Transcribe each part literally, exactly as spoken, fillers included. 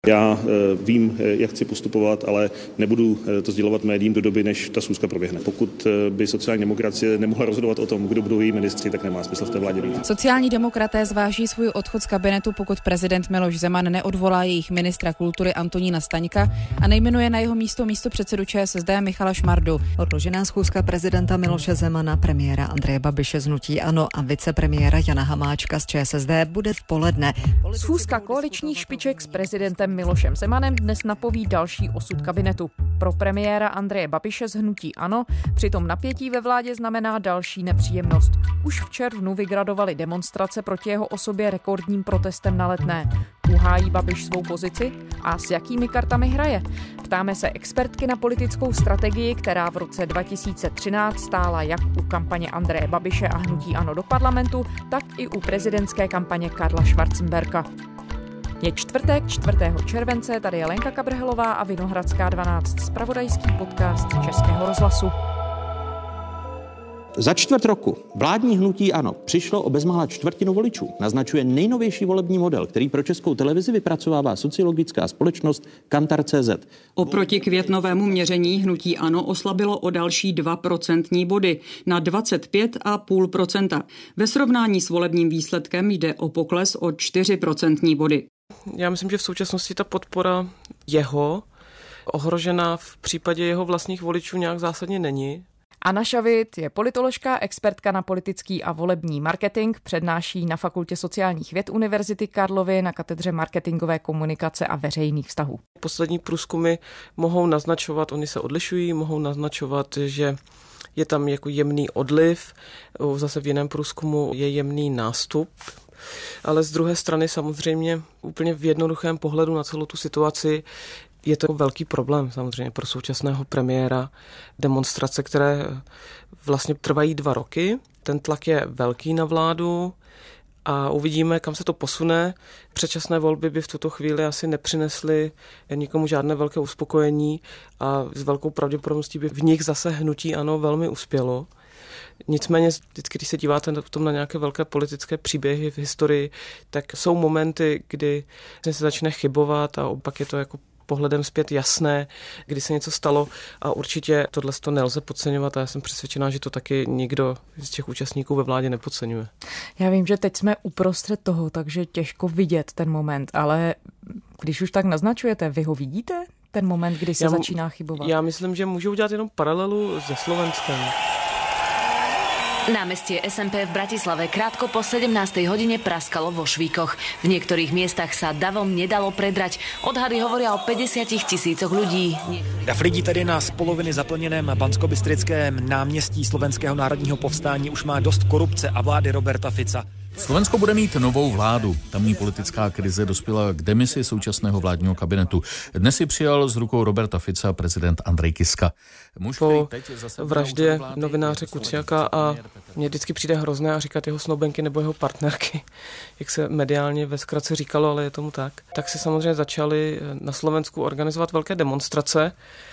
Já vím, jak chci postupovat, ale nebudu to sdělovat médiím do doby, než ta schůzka proběhne. Pokud by sociální demokracie nemohla rozhodovat o tom, kdo budou její ministři, tak nemá smysl v té vládě být. Sociální demokraté zváží svůj odchod z kabinetu, pokud prezident Miloš Zeman neodvolá jejich ministra kultury Antonína Staňka a nejmenuje na jeho místo místopředsedu ČSSD Michala Šmardu. Odložená schůzka prezidenta Miloše Zemana, premiéra Andreje Babiše z hnutí ANO a vicepremiéra Jana Hamáčka z ČSSD bude v poledne. Schůzka koaličních špiček s prezidentem Milošem Zemanem dnes napoví další osud kabinetu. Pro premiéra Andreje Babiše z hnutí ANO přitom napětí ve vládě znamená další nepříjemnost. Už v červnu vygradovaly demonstrace proti jeho osobě rekordním protestem na Letné. Uhájí Babiš svou pozici a s jakými kartami hraje? Ptáme se expertky na politickou strategii, která v roce dva tisíce třináct stála jak u kampaně Andreje Babiše a hnutí ANO do parlamentu, tak i u prezidentské kampaně Karla Schwarzenberga. Je čtvrtek, čtvrtého července, tady je Lenka Kabrhelová a Vinohradská dvanáct, zpravodajský podcast Českého rozhlasu. Za čtvrt roku vládní hnutí ANO přišlo o bezmála čtvrtinu voličů. Naznačuje nejnovější volební model, který pro Českou televizi vypracovává sociologická společnost Kantar tečka cé zet. Oproti květnovému měření hnutí ANO oslabilo o další dva procentní body na dvacet pět celá pět procenta. Ve srovnání s volebním výsledkem jde o pokles o čtyři procentní body. Já myslím, že v současnosti ta podpora jeho ohrožena v případě jeho vlastních voličů nějak zásadně není. Anna Šavit je politoložka, expertka na politický a volební marketing, přednáší na Fakultě sociálních věd Univerzity Karlovy na katedře marketingové komunikace a veřejných vztahů. Poslední průzkumy mohou naznačovat, oni se odlišují, mohou naznačovat, že je tam jako jemný odliv, zase v jiném průzkumu je jemný nástup. Ale z druhé strany samozřejmě úplně v jednoduchém pohledu na celou tu situaci je to velký problém samozřejmě pro současného premiéra. Demonstrace, které vlastně trvají dva roky. Ten tlak je velký na vládu a uvidíme, kam se to posune. Předčasné volby by v tuto chvíli asi nepřinesly nikomu žádné velké uspokojení a s velkou pravděpodobností by v nich zase hnutí ANO velmi uspělo. Nicméně, vždycky, když se díváte potom na nějaké velké politické příběhy v historii, tak jsou momenty, kdy se začne chybovat a opak je to jako pohledem zpět jasné, kdy se něco stalo a určitě tohle to nelze podceňovat a já jsem přesvědčená, že to taky nikdo z těch účastníků ve vládě nepodceňuje. Já vím, že teď jsme uprostřed toho, takže těžko vidět ten moment, ale když už tak naznačujete, vy ho vidíte? Ten moment, kdy se já, začíná chybovat? Já myslím, že můžu udělat jenom paralelu se Slovenskem. Námestie es em pé v Bratislave krátko po sedemnástej hodine praskalo vo švíkoch. V niektorých miestach sa davom nedalo predrať. Odhady hovoria o päťdesiat tisícoch ľudí. Dav lidí tedy na z poloviny zaplněném banskobystrickém náměstí Slovenského národního povstání už má dost korupce a vlády Roberta Fica. Slovensko bude mít novou vládu. Tamní politická krize dospěla k demisi současného vládního kabinetu. Dnes si přijal z rukou Roberta Fica prezident Andrej Kiska. Muž, po vraždě novináře Kuciaka a mně vždycky přijde hrozné a říkat jeho snoubenky nebo jeho partnerky, jak se mediálně ve zkratce říkalo, ale je tomu tak. Tak si samozřejmě začali na Slovensku organizovat velké demonstrace,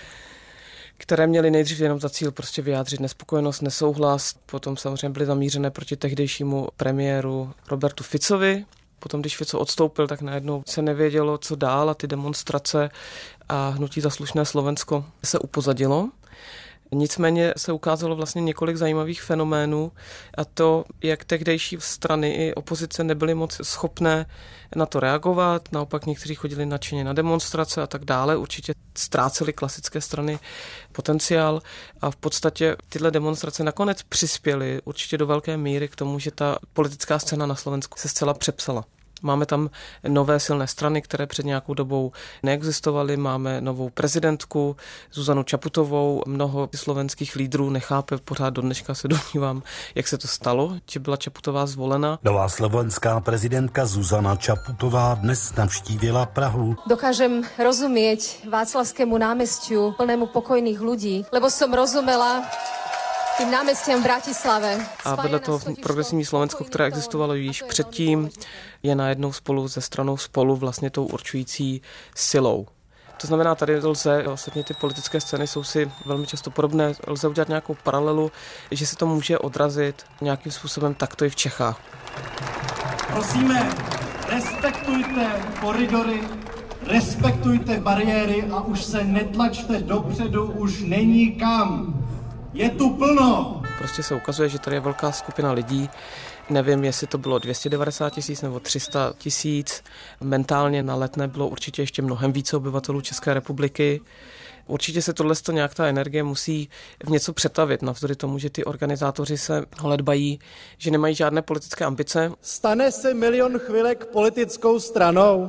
které měly nejdřív jenom za cíl prostě vyjádřit nespokojenost, nesouhlas. Potom samozřejmě byly zamířené proti tehdejšímu premiéru Robertu Ficovi. Potom, když Fico odstoupil, tak najednou se nevědělo, co dál a ty demonstrace a hnutí za slušné Slovensko se upozadilo. Nicméně se ukázalo vlastně několik zajímavých fenoménů a to, jak tehdejší strany i opozice nebyly moc schopné na to reagovat, naopak někteří chodili nadšeně na demonstrace a tak dále, určitě ztrácely klasické strany potenciál a v podstatě tyhle demonstrace nakonec přispěly určitě do velké míry k tomu, že ta politická scéna na Slovensku se zcela přepsala. Máme tam nové silné strany, které před nějakou dobou neexistovaly. Máme novou prezidentku Zuzanu Čaputovou. Mnoho slovenských lídrů nechápe pořád do dneška, se domnívám, jak se to stalo, že byla Čaputová zvolena. Nová slovenská prezidentka Zuzana Čaputová dnes navštívila Prahu. Dokážem rozumieť Václavskému námestiu plnému pokojných ľudí, lebo som rozumela tím náměstím v Bratislave. A vedle toho progresivní Slovensko, které existovalo již předtím, je najednou spolu se stranou Spolu vlastně tou určující silou. To znamená, tady lze, ostatně ty politické scény jsou si velmi často podobné, lze udělat nějakou paralelu, že se to může odrazit nějakým způsobem takto i v Čechách. Prosíme, respektujte koridory respektujte bariéry a už se netlačte dopředu, už není kam. Je tu plno. Prostě se ukazuje, že tady je velká skupina lidí. Nevím, jestli to bylo dvě stě devadesát tisíc nebo tři sta tisíc. Mentálně na Letné bylo určitě ještě mnohem více obyvatelů České republiky. Určitě se tohle nějak ta energie musí v něco přetavit, navzdory tomu, že ty organizátoři se holedbají, že nemají žádné politické ambice. Stane se Milion chvilek politickou stranou?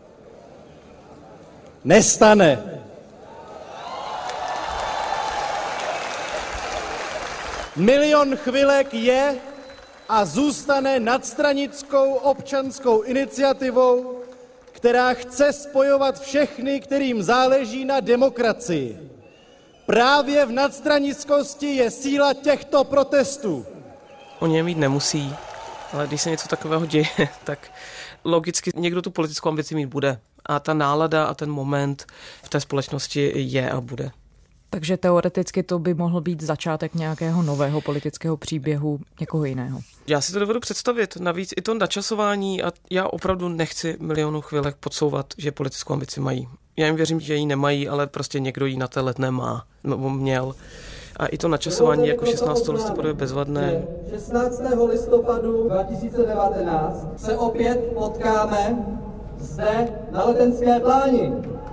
Nestane. Milion chvilek je a zůstane nadstranickou občanskou iniciativou, která chce spojovat všechny, kterým záleží na demokracii. Právě v nadstranickosti je síla těchto protestů. Oni je mít nemusí, ale když se něco takového děje, tak logicky někdo tu politickou ambici mít bude. A ta nálada a ten moment v té společnosti je a bude. Takže teoreticky to by mohl být začátek nějakého nového politického příběhu někoho jiného. Já si to dovedu představit. Navíc i to načasování a já opravdu nechci Milionu chvilek podsouvat, že politickou ambici mají. Já jim věřím, že ji nemají, ale prostě někdo ji na té Letné má, nebo měl. A i to načasování jako šestnáctého listopadu je bezvadné. šestnáctého listopadu dva tisíce devatenáct se opět potkáme zde na Letenské pláni.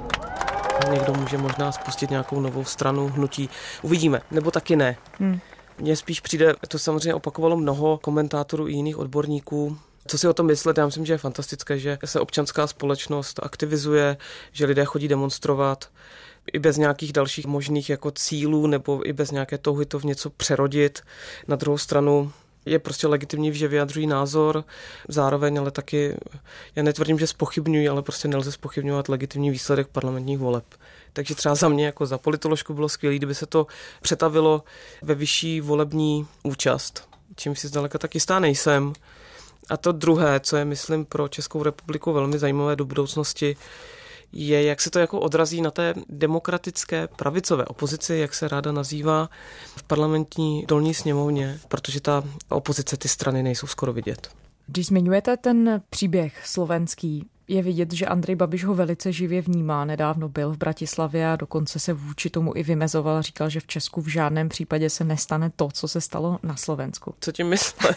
Někdo může možná spustit nějakou novou stranu, hnutí. Uvidíme, nebo taky ne. Hmm. Mně spíš přijde, to samozřejmě opakovalo mnoho komentátorů i jiných odborníků. Co si o tom myslet? Já myslím, že je fantastické, že se občanská společnost aktivizuje, že lidé chodí demonstrovat i bez nějakých dalších možných jako cílů nebo i bez nějaké touhy to v něco přerodit. Na druhou stranu je prostě legitimní, že vyjadřují názor, zároveň ale taky, já netvrdím, že zpochybňují, ale prostě nelze zpochybňovat legitimní výsledek parlamentních voleb. Takže třeba za mě jako za politoložku bylo skvělé, kdyby se to přetavilo ve vyšší volební účast, čím si zdaleka tak jistá nejsem. A to druhé, co je, myslím, pro Českou republiku velmi zajímavé do budoucnosti, je, jak se to jako odrazí na té demokratické pravicové opozici, jak se ráda nazývá v parlamentní dolní sněmovně, protože ta opozice, ty strany nejsou skoro vidět. Když zmiňujete ten příběh slovenský, je vidět, že Andrej Babiš ho velice živě vnímá. Nedávno byl v Bratislavě a dokonce se vůči tomu i vymezoval. Říkal, že v Česku v žádném případě se nestane to, co se stalo na Slovensku. Co tím myslel?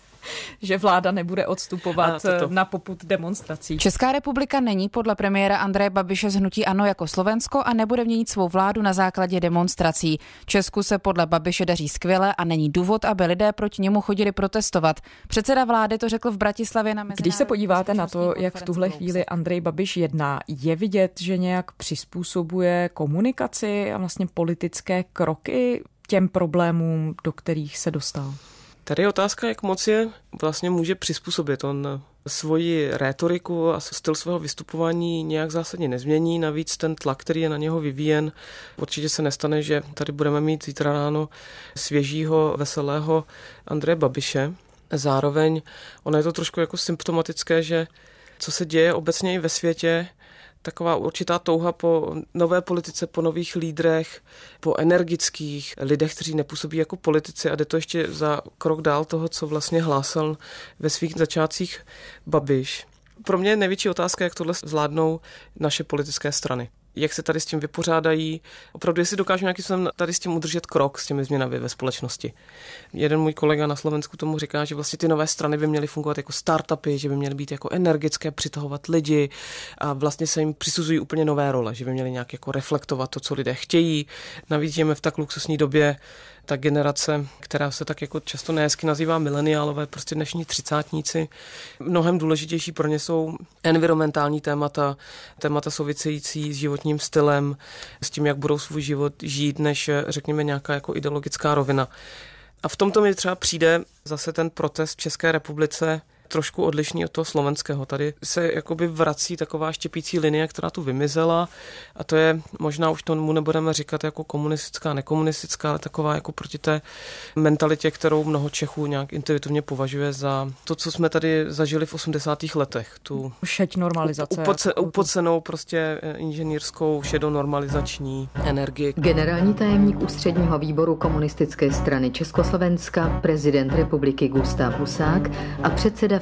Že vláda nebude odstupovat na popud demonstrací. Česká republika není podle premiéra Andreje Babiše z hnutí ANO jako Slovensko a nebude měnit svou vládu na základě demonstrací. Česku se podle Babiše daří skvěle a není důvod, aby lidé proti němu chodili protestovat. Předseda vlády to řekl v Bratislavě na mezinárodní. Když se podíváte na to, jak v tuhle chvíli Andrej Babiš jedná, je vidět, že nějak přizpůsobuje komunikaci a vlastně politické kroky těm problémům, do kterých se dostal? Tady je otázka, jak moc je vlastně může přizpůsobit. On svoji rétoriku a styl svého vystupování nějak zásadně nezmění. Navíc ten tlak, který je na něho vyvíjen, určitě se nestane, že tady budeme mít zítra ráno svěžího, veselého Andreje Babiše. Zároveň ono je to trošku jako symptomatické, že co se děje obecně i ve světě, taková určitá touha po nové politice, po nových lídrech, po energických lidech, kteří nepůsobí jako politici a jde to ještě za krok dál toho, co vlastně hlásal ve svých začátcích Babiš. Pro mě je největší otázka, jak tohle zvládnou naše politické strany. Jak se tady s tím vypořádají, opravdu jestli dokážu nějakým způsobem tady s tím udržet krok s těmi změnami ve společnosti. Jeden můj kolega na Slovensku tomu říká, že vlastně ty nové strany by měly fungovat jako startupy, že by měly být jako energické, přitahovat lidi a vlastně se jim přisuzují úplně nové role, že by měly nějak jako reflektovat to, co lidé chtějí. Navíc žijeme v tak luxusní době, ta generace, která se tak jako často nehezky nazývá mileniálové, prostě dnešní třicátníci. Mnohem důležitější pro ně jsou environmentální témata, témata související s životním stylem, s tím, jak budou svůj život žít, než řekněme nějaká jako ideologická rovina. A v tomto mi třeba přijde zase ten protest v České republice trošku odlišný od toho slovenského. Tady se jakoby vrací taková štěpící linie, která tu vymizela a to je, možná už tomu nebudeme říkat jako komunistická, nekomunistická, ale taková jako proti té mentalitě, kterou mnoho Čechů nějak intuitivně považuje za to, co jsme tady zažili v osmdesátých letech. Tu šeď normalizace. Upoce, upocenou prostě inženýrskou šedonormalizační energii. Generální tajemník ústředního výboru komunistické strany Československa, prezident republiky Gustáv Husák a předseda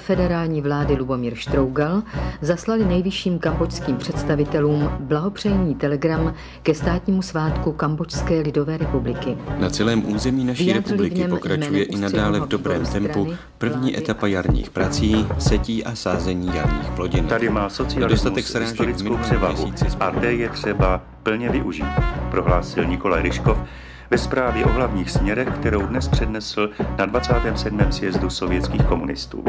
federální vlády Lubomír Štrougal zaslali nejvyšším kambodžským představitelům blahopřejný telegram ke státnímu svátku Kambodžské lidové republiky. Na celém území naší republiky pokračuje i nadále v dobrém tempu první etapa jarních prací, setí a sázení jarních plodin. Tady má socialismus historickou převahu a té je třeba plně využít, prohlásil Nikolaj Ryškov ve zprávě o hlavních směrech, kterou dnes přednesl na dvacátém sedmém sjezdu sovětských komunistů.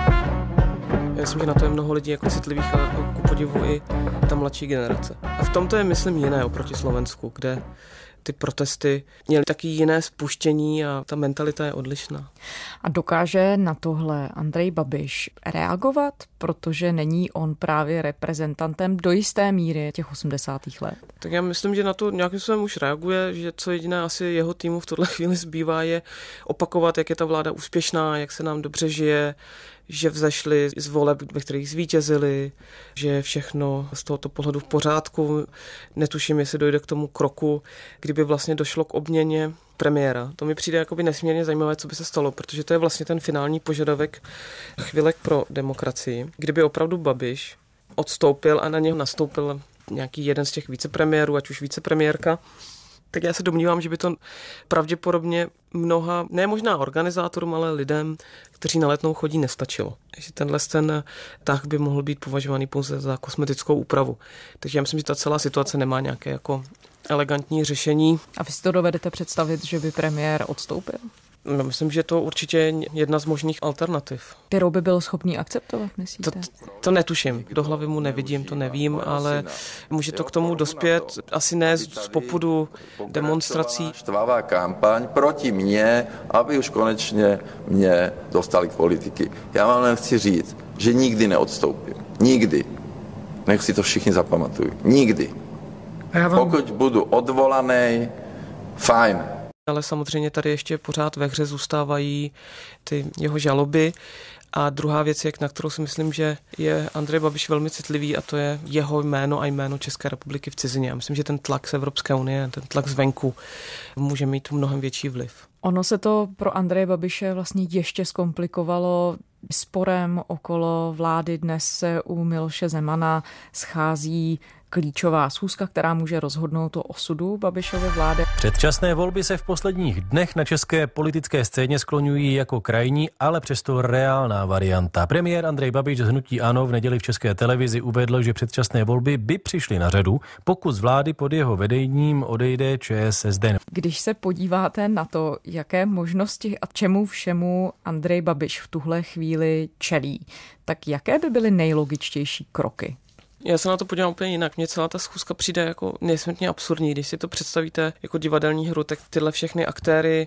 Já myslím, že na to je mnoho lidí jako citlivých a ku podivu i ta mladší generace. A v tom to je, myslím, jiné oproti Slovensku, kde ty protesty měly taky jiné spuštění a ta mentalita je odlišná. A dokáže na tohle Andrej Babiš reagovat, protože není on právě reprezentantem do jisté míry těch osmdesátých let? Tak já myslím, že na to nějakým způsobem už reaguje, že co jediné asi jeho týmu v tuhle chvíli zbývá je opakovat, jak je ta vláda úspěšná, jak se nám dobře žije, že vzešli z voleb, ve kterých zvítězili, že je všechno z tohoto pohledu v pořádku. Netuším, jestli dojde k tomu kroku, kdyby vlastně došlo k obměně premiéra. To mi přijde jakoby nesmírně zajímavé, co by se stalo, protože to je vlastně ten finální požadavek chvilek pro demokracii. Kdyby opravdu Babiš odstoupil a na něho nastoupil nějaký jeden z těch vicepremiérů, ať už vicepremiérka, tak já se domnívám, že by to pravděpodobně mnoha, ne možná organizátorům, ale lidem, kteří na Letnou chodí, nestačilo. Že tenhle ten tah by mohl být považovaný pouze za kosmetickou úpravu. Takže já myslím, že ta celá situace nemá nějaké jako elegantní řešení. A vy si to dovedete představit, že by premiér odstoupil? No, myslím, že to určitě je jedna z možných alternativ. Kterou by byl schopný akceptovat, myslíte? To, to netuším, do hlavy mu nevidím, to nevím, ale může to k tomu dospět, asi ne z popudu demonstrací. Štvavá kampaň proti mně, aby už konečně mě dostali k politiky. Já vám jen chci říct, že nikdy neodstoupím. Nikdy. Nech si to všichni zapamatují. Nikdy. Vám... Pokud budu odvolaný, fajn. Ale samozřejmě tady ještě pořád ve hře zůstávají ty jeho žaloby. A druhá věc, na kterou si myslím, že je Andrej Babiš velmi citlivý, a to je jeho jméno a jméno České republiky v cizině. Já myslím, že ten tlak z Evropské unie, ten tlak zvenku může mít mnohem větší vliv. Ono se to pro Andreje Babiše vlastně ještě zkomplikovalo sporem okolo vlády. Dnes se u Miloše Zemana schází klíčová schůzka, která může rozhodnout o osudu Babišovy vlády. Předčasné volby se v posledních dnech na české politické scéně skloňují jako krajní, ale přesto reálná varianta. Premiér Andrej Babiš z hnutí ANO v neděli v České televizi uvedl, že předčasné volby by přišly na řadu, pokud z vlády pod jeho vedením odejde ČSSD. Když se podíváte na to, jaké možnosti a čemu všemu Andrej Babiš v tuhle chvíli čelí, tak jaké by byly nejlogičtější kroky? Já se na to podívám úplně jinak. Mně celá ta schůzka přijde jako nesmírně absurdní. Když si to představíte jako divadelní hru, tak tyhle všechny aktéry,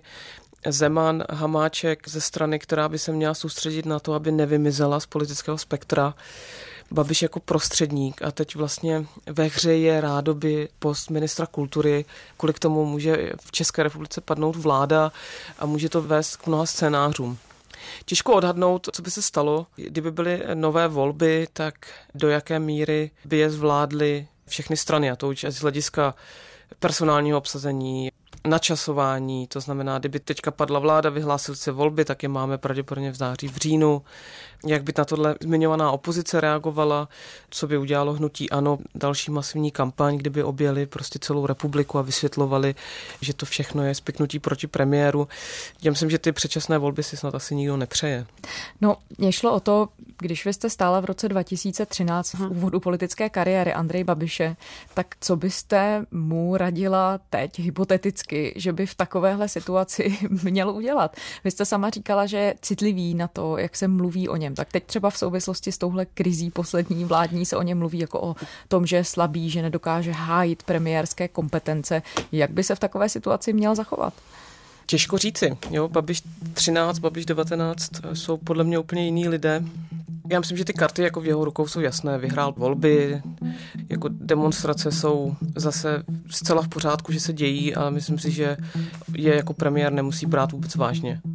Zeman, Hamáček ze strany, která by se měla soustředit na to, aby nevymizela z politického spektra, Babiš jako prostředník a teď vlastně ve hře je rádoby post ministra kultury, kvůli k tomu může v České republice padnout vláda a může to vést k mnoha scénářům. Těžko odhadnout, co by se stalo, kdyby byly nové volby, tak do jaké míry by je zvládly všechny strany, a to už z hlediska personálního obsazení, načasování, to znamená, kdyby teďka padla vláda, vyhlásil se volby, tak je máme pravděpodobně v září, v říjnu. Jak by na tohle zmiňovaná opozice reagovala, co by udělalo hnutí ANO, další masivní kampaň, kdyby objeli prostě celou republiku a vysvětlovali, že to všechno je spiknutí proti premiéru. Já myslím, že ty předčasné volby si snad asi nikdo nepřeje. No, mě šlo o to, když vy jste stála v roce dva tisíce třináct v úvodu politické kariéry Andreje Babiše, tak co byste mu radila teď hypoteticky, že by v takovéhle situaci měl udělat? Vy jste sama říkala, že je citlivý na to, jak se mluví o něm. Tak teď třeba v souvislosti s touhle krizí poslední vládní se o něm mluví jako o tom, že je slabý, že nedokáže hájit premiérské kompetence. Jak by se v takové situaci měl zachovat? Těžko říci. Jo? Babiš třináct, Babiš devatenáct jsou podle mě úplně jiný lidé. Já myslím, že ty karty jako v jeho rukou jsou jasné. Vyhrál volby, jako demonstrace jsou zase zcela v pořádku, že se dějí, ale myslím si, že je jako premiér nemusí brát vůbec vážně.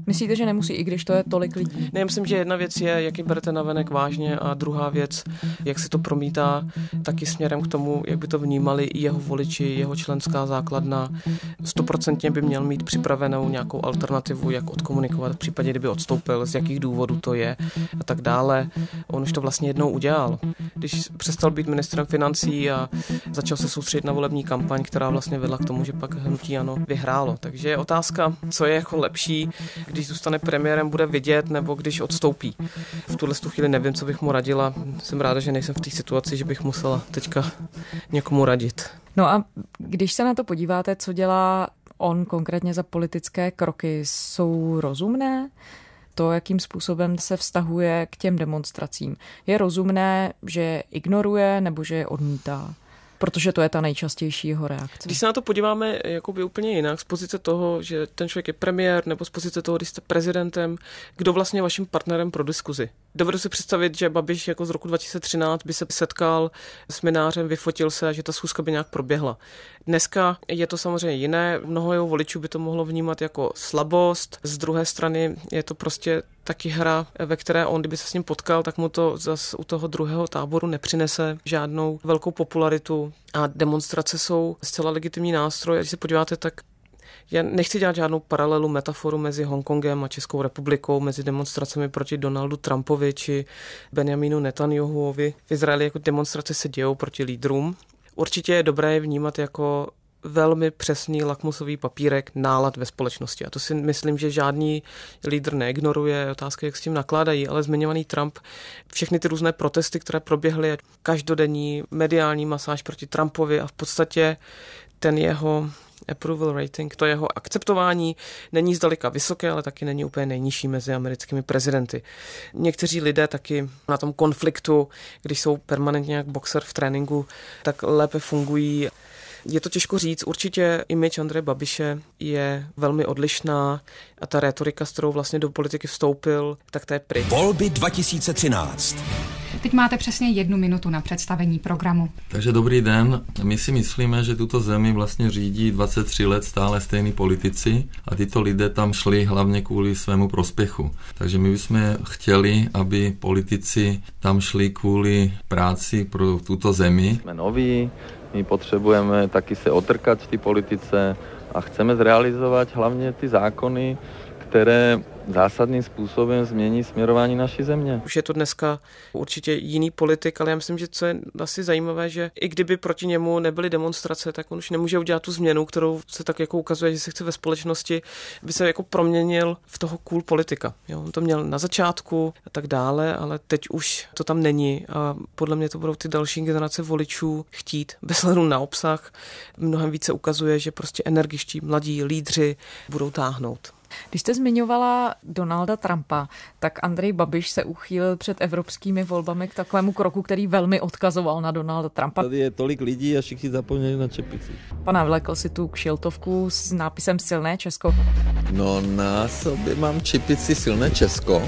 Myslíte, že nemusí, i když to je tolik lidí? Ne, myslím, že jedna věc je, jak ji berete navenek vážně, a druhá věc, jak se to promítá taky směrem k tomu, jak by to vnímali i jeho voliči, jeho členská základna. Stoprocentně by měl mít připravenou nějakou alternativu, jak odkomunikovat v případě, kdyby odstoupil, z jakých důvodů to je a tak dále. On už to vlastně jednou udělal. Když přestal být ministrem financí a začal se soustředit na volební kampaň, která vlastně vedla k tomu, že pak hnutí ANO vyhrálo. Takže je otázka, co je jako lepší, když zůstane premiérem, bude vidět, nebo když odstoupí. V tuhle chvíli nevím, co bych mu radila. Jsem ráda, že nejsem v té situaci, že bych musela teďka někomu radit. No a když se na to podíváte, co dělá on konkrétně za politické kroky, jsou rozumné? To, jakým způsobem se vztahuje k těm demonstracím. Je rozumné, že je ignoruje nebo že je odmítá? Protože to je ta nejčastější jeho reakce. Když se na to podíváme jakoby úplně jinak, z pozice toho, že ten člověk je premiér, nebo z pozice toho, když jste prezidentem, kdo vlastně je vaším partnerem pro diskuzi. Dovedu si představit, že Babiš jako z roku dva tisíce třináct by se setkal s Mynářem, vyfotil se a že ta schůzka by nějak proběhla. Dneska je to samozřejmě jiné, mnoho jeho voličů by to mohlo vnímat jako slabost, z druhé strany je to prostě taky hra, ve které on, kdyby se s ním potkal, tak mu to zas u toho druhého táboru nepřinese žádnou velkou popularitu a demonstrace jsou zcela legitimní nástroj. Když se podíváte, tak já nechci dělat žádnou paralelu, metaforu mezi Hongkongem a Českou republikou, mezi demonstracemi proti Donaldu Trumpovi či Benjaminu Netanyahuovi. V Izraeli jako demonstrace se dějou proti lídrům. Určitě je dobré je vnímat jako velmi přesný lakmusový papírek nálad ve společnosti. A to si myslím, že žádný lídr neignoruje. Otázka, jak s tím nakládají, ale zmiňovaný Trump, všechny ty různé protesty, které proběhly, každodenní mediální masáž proti Trumpovi a v podstatě ten jeho approval rating, to jeho akceptování není zdaleka vysoké, ale taky není úplně nejnižší mezi americkými prezidenty. Někteří lidé taky na tom konfliktu, když jsou permanentně jak boxer v tréninku, tak lépe fungují. Je to těžko říct, určitě image Andreje Babiše je velmi odlišná a ta rétorika, s kterou vlastně do politiky vstoupil, tak to je pryč. Volby dva tisíce třináct. Teď máte přesně jednu minutu na představení programu. Takže dobrý den. My si myslíme, že tuto zemi vlastně řídí dvacet tři let stále stejní politici a tyto lidé tam šli hlavně kvůli svému prospěchu. Takže my bychom chtěli, aby politici tam šli kvůli práci pro tuto zemi. Jsme noví, my potřebujeme taky se otrkat v té politice a chceme zrealizovat hlavně ty zákony, které zásadným způsobem změní směrování naší země. Už je to dneska určitě jiný politik, ale já myslím, že co je asi zajímavé, že i kdyby proti němu nebyly demonstrace, tak on už nemůže udělat tu změnu, kterou se tak jako ukazuje, že se chce ve společnosti, by se jako proměnil v toho cool politika. Jo, on to měl na začátku a tak dále, ale teď už to tam není a podle mě to budou ty další generace voličů chtít, bez hledu na obsah. Mnohem více ukazuje, že prostě energičtí mladí lídři budou táhnout. Když jste zmiňovala Donalda Trumpa, tak Andrej Babiš se uchýlil před evropskými volbami k takovému kroku, který velmi odkazoval na Donalda Trumpa. Tady je tolik lidí a všichni zapomněli na čepici. Pana vlekl si tu kšiltovku s nápisem Silné Česko. No na sobě mám čepici Silné Česko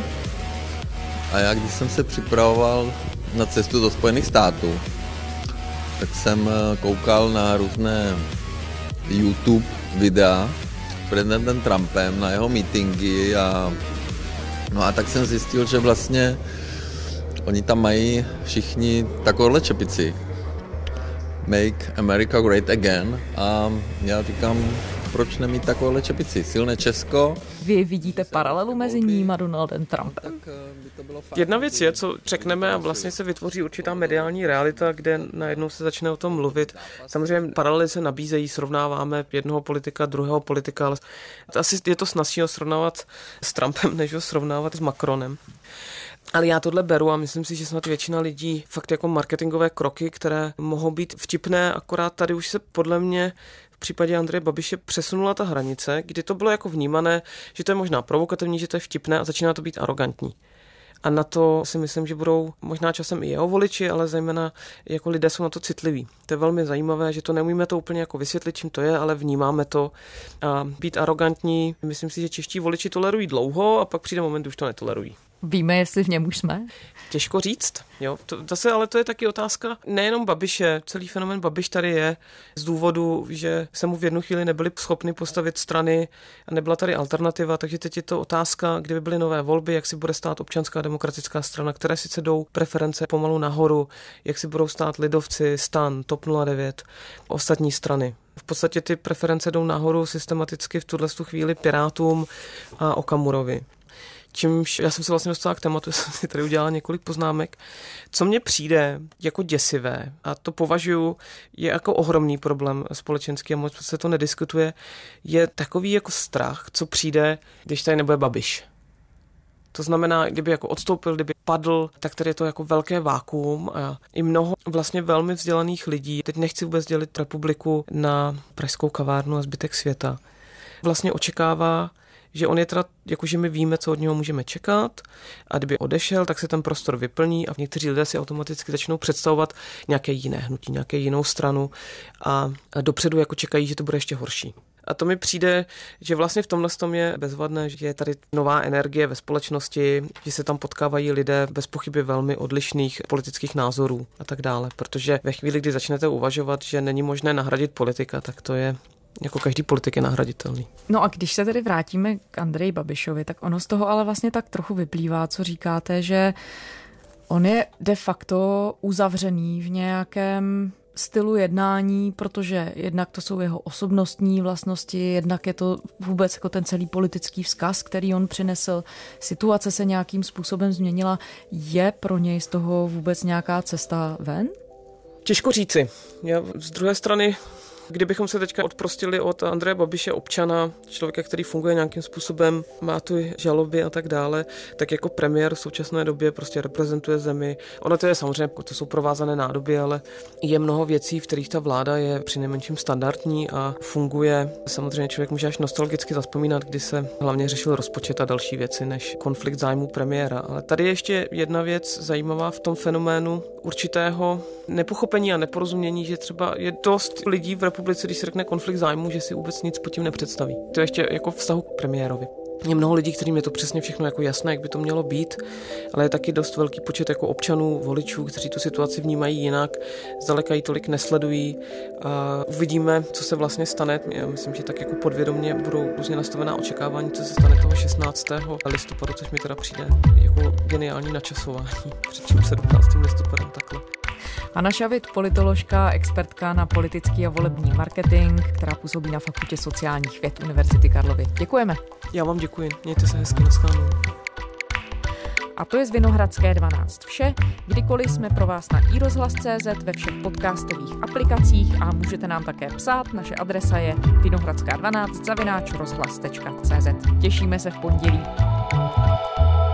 a já když jsem se připravoval na cestu do Spojených států, tak jsem koukal na různé YouTube videa prezidentem Trumpem na jeho meetingy a no a tak jsem zjistil, že vlastně oni tam mají všichni takovouhle čepici Make America Great Again a já říkám, proč nemít takovouhle čepici? Silné Česko. Vy vidíte paralelu mezi ním a Donaldem Trumpem? Jedna věc je, co řekneme a vlastně se vytvoří určitá mediální realita, kde najednou se začne o tom mluvit. Samozřejmě paralely se nabízejí, srovnáváme jednoho politika, druhého politika, ale asi je to snazší ho srovnávat s Trumpem, než ho srovnávat s Macronem. Ale já tohle beru a myslím si, že snad většina lidí fakt jako marketingové kroky, které mohou být vtipné, akorát tady už se podle mě v případě Andreje Babiše přesunula ta hranice, kdy to bylo jako vnímané, že to je možná provokativní, že to je vtipné a začíná to být arrogantní. A na to si myslím, že budou možná časem i jeho voliči, ale zejména jako lidé jsou na to citliví. To je velmi zajímavé, že to neumíme to úplně jako vysvětlit, čím to je, ale vnímáme to. A být arrogantní, myslím si, že čeští voliči tolerují dlouho a pak přijde moment, už to netolerují. Víme, jestli v něm už jsme? Těžko říct. Jo. To, zase, ale to je taky otázka nejenom Babiše. Celý fenomén Babiš tady je z důvodu, že se mu v jednu chvíli nebyli schopni postavit strany a nebyla tady alternativa, takže teď je to otázka, kdyby byly nové volby, jak si bude stát Občanská demokratická strana, které sice jdou preference pomalu nahoru, jak si budou stát lidovci, STAN, TOP nula devět, ostatní strany. V podstatě ty preference jdou nahoru systematicky v tuhle chvíli Pirátům a Okamurovi. Čímž já jsem se vlastně dostala k tématu, jsem si tady udělala několik poznámek. Co mně přijde jako děsivé, a to považuji je jako ohromný problém společenský a moc se to nediskutuje, je takový jako strach, co přijde, když tady nebude Babiš. To znamená, kdyby jako odstoupil, kdyby padl, tak tady je to jako velké vákuum a i mnoho vlastně velmi vzdělaných lidí, teď nechci vůbec dělit republiku na pražskou kavárnu a zbytek světa, vlastně očekává, že on je teda, jakože my víme, co od něho můžeme čekat a kdyby odešel, tak se ten prostor vyplní a někteří lidé si automaticky začnou představovat nějaké jiné hnutí, nějaké jinou stranu a dopředu jako čekají, že to bude ještě horší. A to mi přijde, že vlastně v tomhle tom je bezvadné, že je tady nová energie ve společnosti, že se tam potkávají lidé bez pochyby velmi odlišných politických názorů a tak dále, protože ve chvíli, kdy začnete uvažovat, že není možné nahradit politika, tak to je jako každý politik je nahraditelný. No a když se tedy vrátíme k Andreji Babišovi, tak ono z toho ale vlastně tak trochu vyplývá, co říkáte, že on je de facto uzavřený v nějakém stylu jednání, protože jednak to jsou jeho osobnostní vlastnosti, jednak je to vůbec jako ten celý politický vzkaz, který on přinesl. Situace se nějakým způsobem změnila. Je pro něj z toho vůbec nějaká cesta ven? Těžko říci. Já z druhé strany, kdybychom se teďka odprostili od Andreje Babiše, občana, člověka, který funguje nějakým způsobem, má tu žaloby a tak dále, tak jako premiér v současné době prostě reprezentuje zemi. Ono to je samozřejmě, to jsou provázané nádoby, ale je mnoho věcí, v kterých ta vláda je přinejmenším standardní a funguje. Samozřejmě člověk může až nostalgicky zazpomínat, kdy se hlavně řešil rozpočet a další věci než konflikt zájmů premiéra. Ale tady je ještě jedna věc zajímavá v tom fenoménu určitého nepochopení a neporozumění, že třeba je dost lidí v republice, když se řekne konflikt zájmů, že si vůbec nic pod tím nepředstaví. To je ještě jako vztahu k premiérovi. Je mnoho lidí, kterým je to přesně všechno jako jasné, jak by to mělo být, ale je taky dost velký počet jako občanů, voličů, kteří tu situaci vnímají jinak, zdaleka ji tolik nesledují a uvidíme, co se vlastně stane. Já myslím, že tak jako podvědomě budou různě nastavená očekávání, co se stane toho šestnáctého listopadu, což mi teda přijde jako geniální načasování před tím sedmnáctým listopadem takhle. Anna Šavit, politoložka, expertka na politický a volební marketing, která působí na Fakultě sociálních věd Univerzity Karlovy. Děkujeme. Já vám děkuji. Mějte se hezky, naschledanou. A to je z Vinohradské dvanáct vše. Kdykoliv jsme pro vás na i rozhlas tečka cé zet ve všech podcastových aplikacích a můžete nám také psát. Naše adresa je vinohradská dvanáct zavináč rozhlas tečka cé zet. Těšíme se v pondělí.